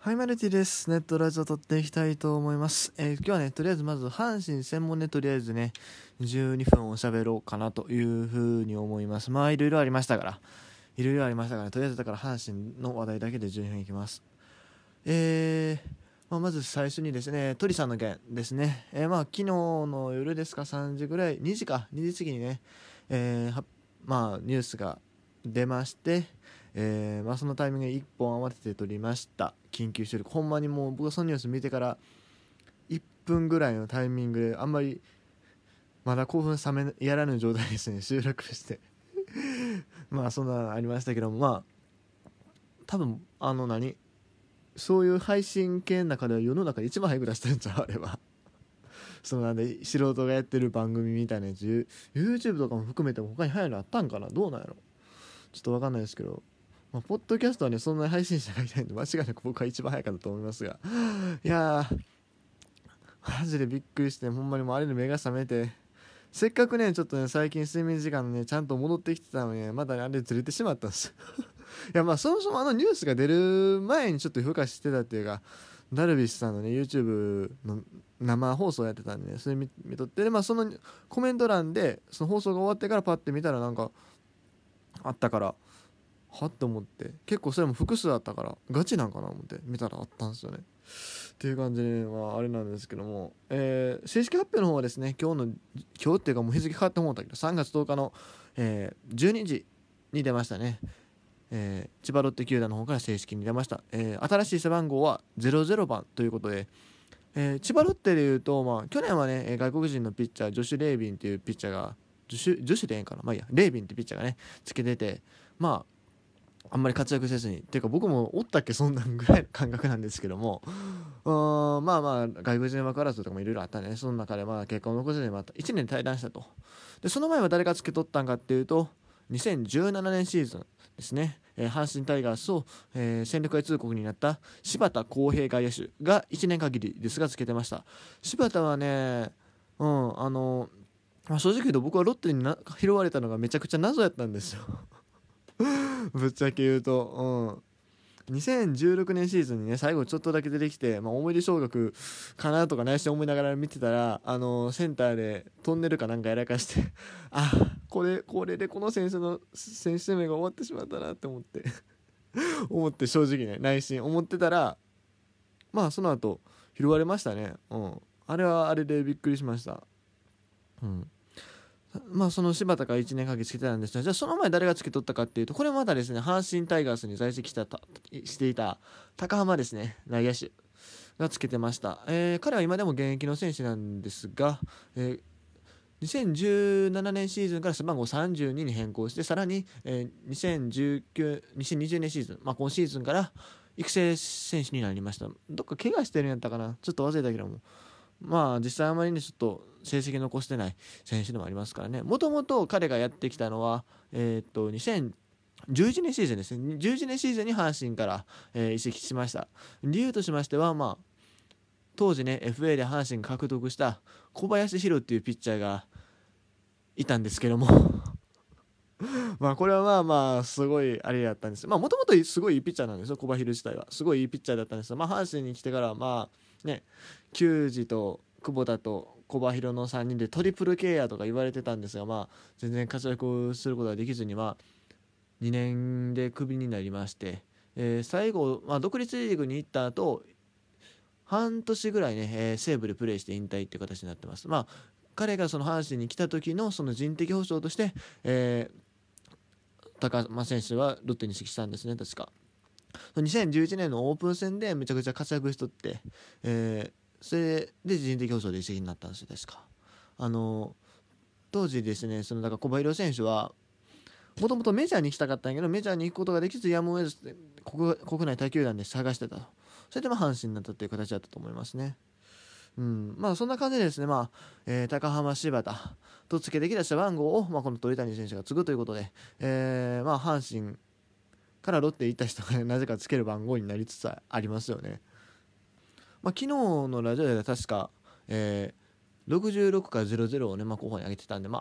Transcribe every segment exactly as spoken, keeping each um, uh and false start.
はい、マルティです。ネットラジオ撮っていきたいと思います。えー今日はね、とりあえずまず阪神専門でとりあえずね、じゅうにふんを喋ろうかなというふうに思います。まあ、いろいろありましたから、いろいろありましたから、とりあえずだから阪神の話題だけでじゅうにふんいきます。えー、まあ、まず最初にですね、鳥さんの件ですね。えーまあ、昨日の夜ですか、さんじぐらい、にじか、にじ過ぎにね、えーはまあ、ニュースが出まして、えーまあ、そのタイミングでいっぽん慌てて撮りました。緊急収録。ほんまにもう僕はそのニュース見てからいっぷんぐらいのタイミングで、あんまりまだ興奮冷めやらぬ状態ですね、収録してまあそんなのありましたけども、まあ多分あの何そういう配信系の中では世の中で一番早く出してるんちゃう、あれはそのなんで素人がやってる番組みたいなやつ YouTube とかも含めても他に早いのあったんかな、どうなんやろ、ちょっと分かんないですけど、まあ、ポッドキャストはね、そんなに配信者がいないんで間違いなく僕は一番早かったと思いますが、いやーマジでびっくりして、ほんまにもうあれで目が覚めて、せっかくねちょっとね最近睡眠時間ねちゃんと戻ってきてたのに、ね、まだ、ね、あれずれてしまったんですいやまあそもそもあのニュースが出る前にちょっと孵化してたっていうか、ダルビッシュさんのね YouTube の生放送やってたんで、ね、それ見見とって、で、まあ、そのコメント欄でその放送が終わってからパッて見たらなんかあったから、はっと思って、結構それも複数あったからガチなんかな思って見たらあったんですよねっていう感じで、まあ、あれなんですけども、えー、正式発表の方はですね、今日の今日っていうかもう日付変わって思ったけどさんがつとおかの、えー、じゅうにじに出ましたね。えー、千葉ロッテ球団の方から正式に出ました。えー、新しい背番号はゼロゼロばんということで、えー、千葉ロッテでいうと、まあ、去年はね外国人のピッチャージョシュ・レイビンっていうピッチャーがジョシュ・ジョシュでええんかな、まあいいや、レイビンってピッチャーがねつけてて、まああんまり活躍せずに、っていうか僕もおったっけそんなんぐらいの感覚なんですけども、うーんまあまあ外国人枠争いとかもいろいろあったね。その中でまあ結果を残せずにまたいちねん退団したと。でその前は誰がつけ取ったんかっていうと、にせんじゅうななねんシーズンですね、えー、阪神タイガースを、えー、戦力外通告になった柴田康平外野手がいちねん限りですがつけてました。柴田はね、うんあのまあ、正直言うと僕はロッテにな拾われたのがめちゃくちゃ謎やったんですよぶっちゃけ言うと、うん、にせんじゅうろくねんシーズンにね最後ちょっとだけ出てきて、まあ、思い出昇格かなとか内心思いながら見てたら、あのセンターでトンネルかなんかやらかしてあこれこれでこの選手の選手生命が終わってしまったなって思って思って正直ね内心思ってたら、まあその後拾われましたね。うん、あれはあれでびっくりしました。うんまあその柴田がいちねんかんつけてたんですが、じゃあその前誰がつけ取ったかっていうと、これまたですね阪神タイガースに在籍したたしていた高浜ですね、内野手がつけてました。えー彼は今でも現役の選手なんですが、えーにせんじゅうななねんシーズンから背番号さんじゅうにに変更して、さらに、えーにせんじゅうきゅう、にせんにじゅうねんシーズン、まあ、今シーズンから育成選手になりました。どっか怪我してるんやったかな、ちょっと忘れたけども、まあ実際あまりにちょっと成績残してない選手でもありますからね。もともと彼がやってきたのは、えー、っとにせんじゅういちねんシーズンですね。じゅういちねんシーズンに阪神から、えー移籍しました。理由としましては、まあ当時ね エフエー で阪神が獲得した小林宏っていうピッチャーがいたんですけどもまあこれはまあまあすごいあれやったんです。まあもともとすごいいいピッチャーなんですよ、小林自体はすごいいいピッチャーだったんですよ。まあ阪神に来てからまあね球児と久保田と小林宏のさんにんでトリプルケアとか言われてたんですが、まあ全然活躍することができずに、まあにねんでクビになりまして、えー最後、まあ、独立リーグに行った後半年ぐらいね、えー西武でプレーして引退っていう形になってます。まあ彼がその阪神に来た時のその人的保障として、えー高間選手はロッテに移籍したんですね確か。にせんじゅういちねんのオープン戦でめちゃくちゃ活躍しとって、えーそれで人的保障で移籍になったんですよ確か。あの当時ですね、そのだから小林陵選手はもともとメジャーに行きたかったんやけど、メジャーに行くことができずやむを得ず国国内他球団で探してたと。それでまあ阪神になったっていう形だったと思いますね。うん、まあそんな感じでですね、まあ、えー高浜柴田とつけてきた背番号を、まあ、この鳥谷選手が継ぐということで、えーまあ阪神からロッテ行った人がなぜかつける番号になりつつありますよね。まあ、昨日のラジオで確か、えーろくじゅうろくかゼロゼロをね、まあ、候補に挙げてたんで、まあ、当たっ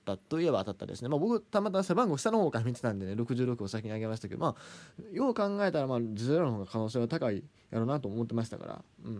ったといえば当たったですね。まあ、僕たまたま背番号下の方から見てたんでね、ろくじゅうろくを先に上げましたけど、まあよう考えたらまあゼロの方が可能性は高いやろうなと思ってましたから、うん、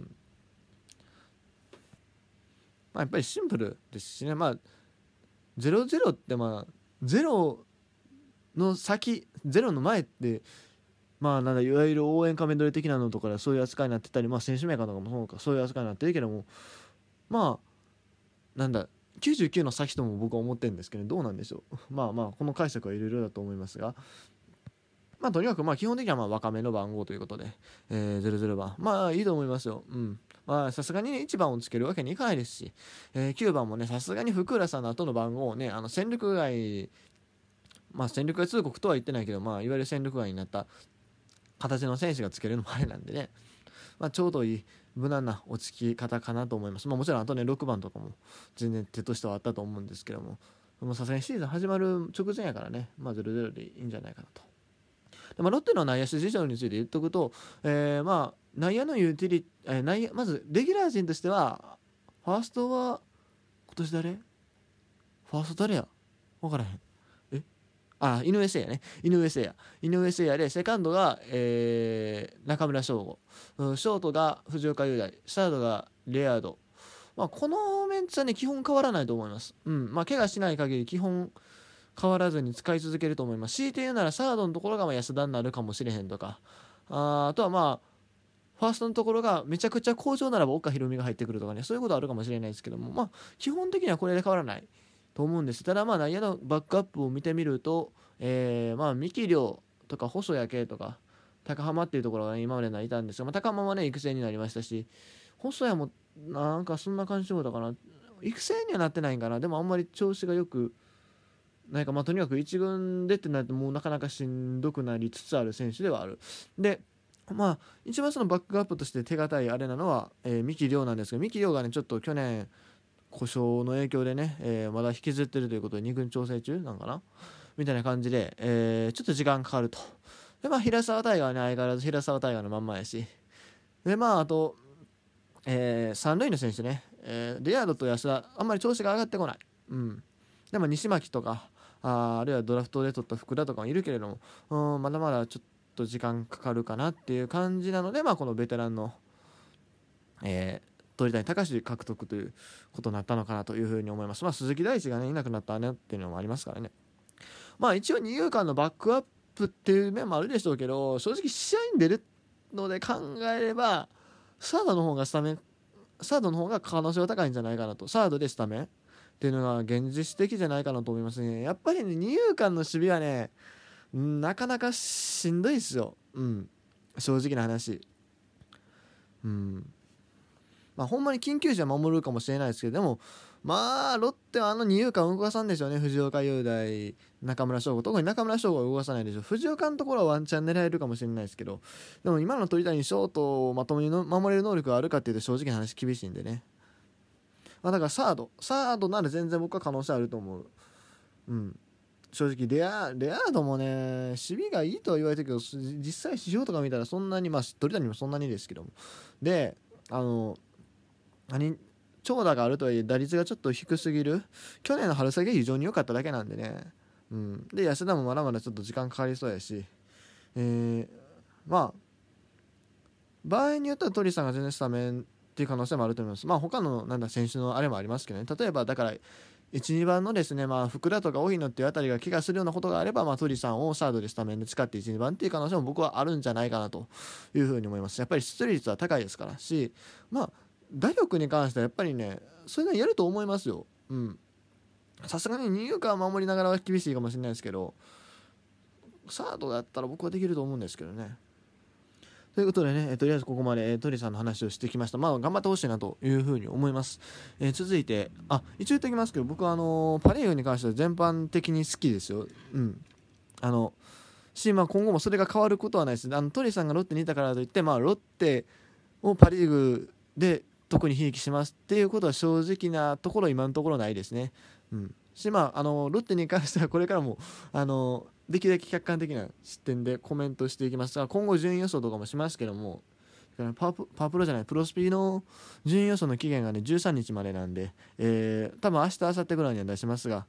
まあ、やっぱりシンプルですしね。まあゼロゼロってまあゼロの先ゼロの前ってまあなんだいわゆる応援歌メドレー的なのとかでそういう扱いになってたり、まあ選手名とかもそうかそういう扱いになってるけども、まあなんだきゅうじゅうきゅうの先とも僕は思ってるんですけど、どうなんでしょうまあまあこの解釈はいろいろだと思いますが、まあとにかくまあ基本的にはまあ若めの番号ということで、えー、ゼロゼロばんまあいいと思いますよ。うん、まあさすがにねいちばんをつけるわけにいかないですし、えー、きゅうばんもねさすがに福浦さんの後の番号をねあの戦力外まあ戦力外通告とは言ってないけど、まあいわゆる戦力外になった形の選手がつけるのもあれなんでね、まあ、ちょうどいい無難な落ち着き方かなと思います。まあ、もちろんあとねろくばんとかも全然手としてはあったと思うんですけども、さすがにシーズン始まる直前やからね、まあ、ゼロゼロでいいんじゃないかなと。で、まあ、ロッテの内野手事情について言っとくと、えー、まあ内野のユーティリ、えー、内野まずレギュラー陣としてはファーストは今年誰ファースト誰や分からへん。あ、井上誠也ね。井上誠也。井上誠也で、セカンドが、えー、中村翔吾。うん、ショートが藤岡雄大。サードがレアード。まあ、このメンツはね、基本変わらないと思います。うん。まあ、怪我しない限り基本変わらずに使い続けると思います。強いて言うなら、サードのところがまあ安田になるかもしれへんとか。あ, あとはまあ、ファーストのところがめちゃくちゃ好調ならば岡大海が入ってくるとかね、そういうことあるかもしれないですけども、まあ、基本的にはこれで変わらないと思うんです。ただまあ内野のバックアップを見てみると、えー、まあ三木亮とか細谷圭とか高浜っていうところが、ね、今までないたんですが、まあ、高浜はね育成になりましたし、細谷もなんかそんな感じそうだかな、育成にはなってないんかな。でもあんまり調子がよくなんかまあとにかく一軍でってなるともうなかなかしんどくなりつつある選手ではある。でまあ一番そのバックアップとして手堅いあれなのは、えー、三木亮なんですけど、三木亮がねちょっと去年故障の影響でね、えー、まだ引きずってるということでに軍調整中なんかなみたいな感じで、えー、ちょっと時間かかると。でまあ平沢大河はね相変わらず平沢大河のまんまやし、でまああと、えー、三塁の選手ね、えー、レアードと安田あんまり調子が上がってこない。うん。でも西巻とかあ, あるいはドラフトで取った福田とかもいるけれども、うん、まだまだちょっと時間かかるかなっていう感じなので、まあこのベテランの、えー鳥谷敬獲得ということになったのかなというふうに思います。まあ、鈴木大地がねいなくなったねっていうのもありますからね。まあ一応二遊間のバックアップっていう面もあるでしょうけど、正直試合に出るので考えればサードの方がスタメンサードの方が可能性は高いんじゃないかなと。サードでスタメンっていうのが現実的じゃないかなと思いますね。やっぱりね二遊間の守備はねなかなかしんどいですよ。うん、正直な話。うんまあ、ほんまに緊急時は守るかもしれないですけど、でもまあロッテはあの二遊間動かさんでしょうね。藤岡雄大中村翔吾、特に中村翔吾は動かさないでしょう。藤岡のところはワンチャン狙えるかもしれないですけど、でも今の鳥谷ショートをまともにの守れる能力があるかっていうと正直な話厳しいんでね、まあ、だからサードサードなら全然僕は可能性あると思う。うん正直レアレアードもね守備がいいとは言われてるけど、実際指標とか見たらそんなに、まあ鳥谷もそんなにですけども、であの何長打があるとはいえ打率がちょっと低すぎる。去年の春先が非常に良かっただけなんでね、うん、で安田もまだまだちょっと時間かかりそうやし、えー、まあ場合によっては鳥さんが全然スタメンっていう可能性もあると思います。まあ他のなんだ選手のあれもありますけどね、例えばだからいち、にばんのですね、まあ、福田とか荻野っていうあたりが怪我するようなことがあれば、まあ、鳥さんをサードでスタメンで使っていち、にばんっていう可能性も僕はあるんじゃないかなというふうに思います。やっぱり出塁率は高いですからし、まあ打力に関してはやっぱりねそういうのやると思いますよ。うんさすがに二遊間は守りながらは厳しいかもしれないですけど、サードだったら僕はできると思うんですけどね。ということでね、えとりあえずここまで、えー、鳥さんの話をしてきました。まあ頑張ってほしいなというふうに思います。えー、続いてあ一応言っておきますけど、僕はあのー、パ・リーグに関しては全般的に好きですよ。うんあのし、まあ、今後もそれが変わることはないです。あの鳥さんがロッテにいたからといって、まあ、ロッテをパ・リーグで特にひいきしますっていうことは正直なところ今のところないですね。うんしまあ、あのロッテに関してはこれからもあのできるだけ客観的な視点でコメントしていきますが、今後順位予想とかもしますけども、パープ、パープロじゃないプロスピの順位予想の期限がねじゅうさんにちまでなんで、えー、多分明日明後日ぐらいには出しますが、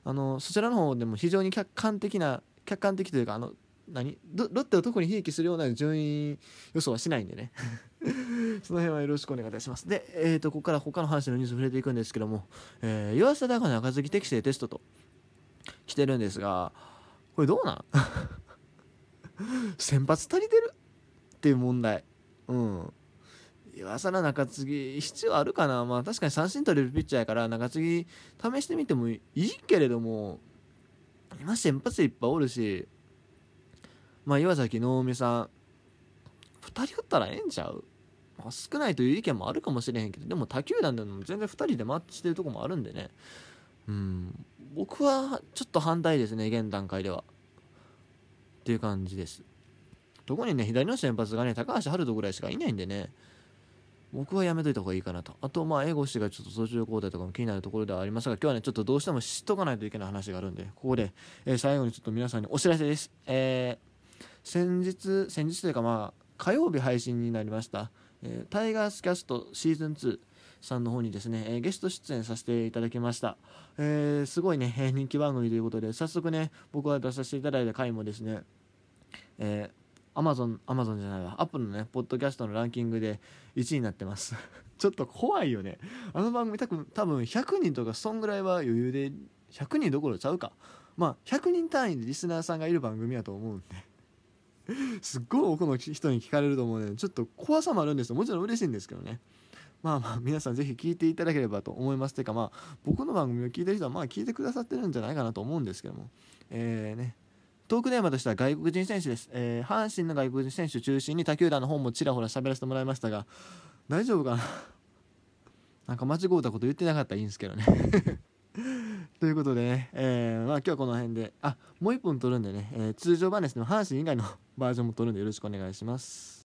あのそちらの方でも非常に客観的な客観的というかあの何ロロッテを特にひいきするような順位予想はしないんでねその辺はよろしくお願いいたします。で、えー、とここから他の話のニュース触れていくんですけども、えー、湯浅大学中継ぎ適正テストと来てるんですが、これどうなん先発足りてるっていう問題。うん湯浅の中継ぎ必要あるかな。まあ確かに三振取れるピッチャーやから中継ぎ試してみてもいいけれども、今先発いっぱいおるし、まあ岩崎能見さんふたり打ったらええんちゃう、まあ、少ないという意見もあるかもしれへんけど、でも他球団でも全然ふたりでマッチしてるとこもあるんでね、うん僕はちょっと反対ですね現段階ではっていう感じです。特にね左の先発がね高橋遥人ぐらいしかいないんでね、僕はやめといた方がいいかなと。あとまあ江越がちょっと途中交代とかも気になるところではありますが、今日はねちょっとどうしても知っとかないといけない話があるんで、ここで、えー最後にちょっと皆さんにお知らせです。えー先日先日というかまあ火曜日配信になりました、えータイガースキャストシーズンツーさんの方にですね、えーゲスト出演させていただきました。えーすごいね、えー人気番組ということで早速ね僕は出させていただいた回もですね、えー、アマゾン、アマゾンじゃないわ、アップルのね、ポッドキャストのランキングでいちいになってます。ちょっと怖いよね。あの番組多分、多分ひゃくにんとか、そんぐらいは余裕で、ひゃくにんどころちゃうか。まあ、ひゃくにん単位でリスナーさんがいる番組やと思うんで。すっごい多くの人に聞かれると思うので、ちょっと怖さもあるんですよ。もちろん嬉しいんですけどね。まあまあ、皆さんぜひ聞いていただければと思います。てかまあ、僕の番組を聞いてる人は、まあ聞いてくださってるんじゃないかなと思うんですけども。えーね。トークテーマとしては外国人選手です、えー、阪神の外国人選手中心に他球団の方もちらほら喋らせてもらいましたが、大丈夫かななんか間違うたこと言ってなかったらいいんですけどねということでね、えーまあ、今日はこの辺で、あもういっぽん撮るんでね、えー、通常版ですね、阪神以外のバージョンも撮るんでよろしくお願いします。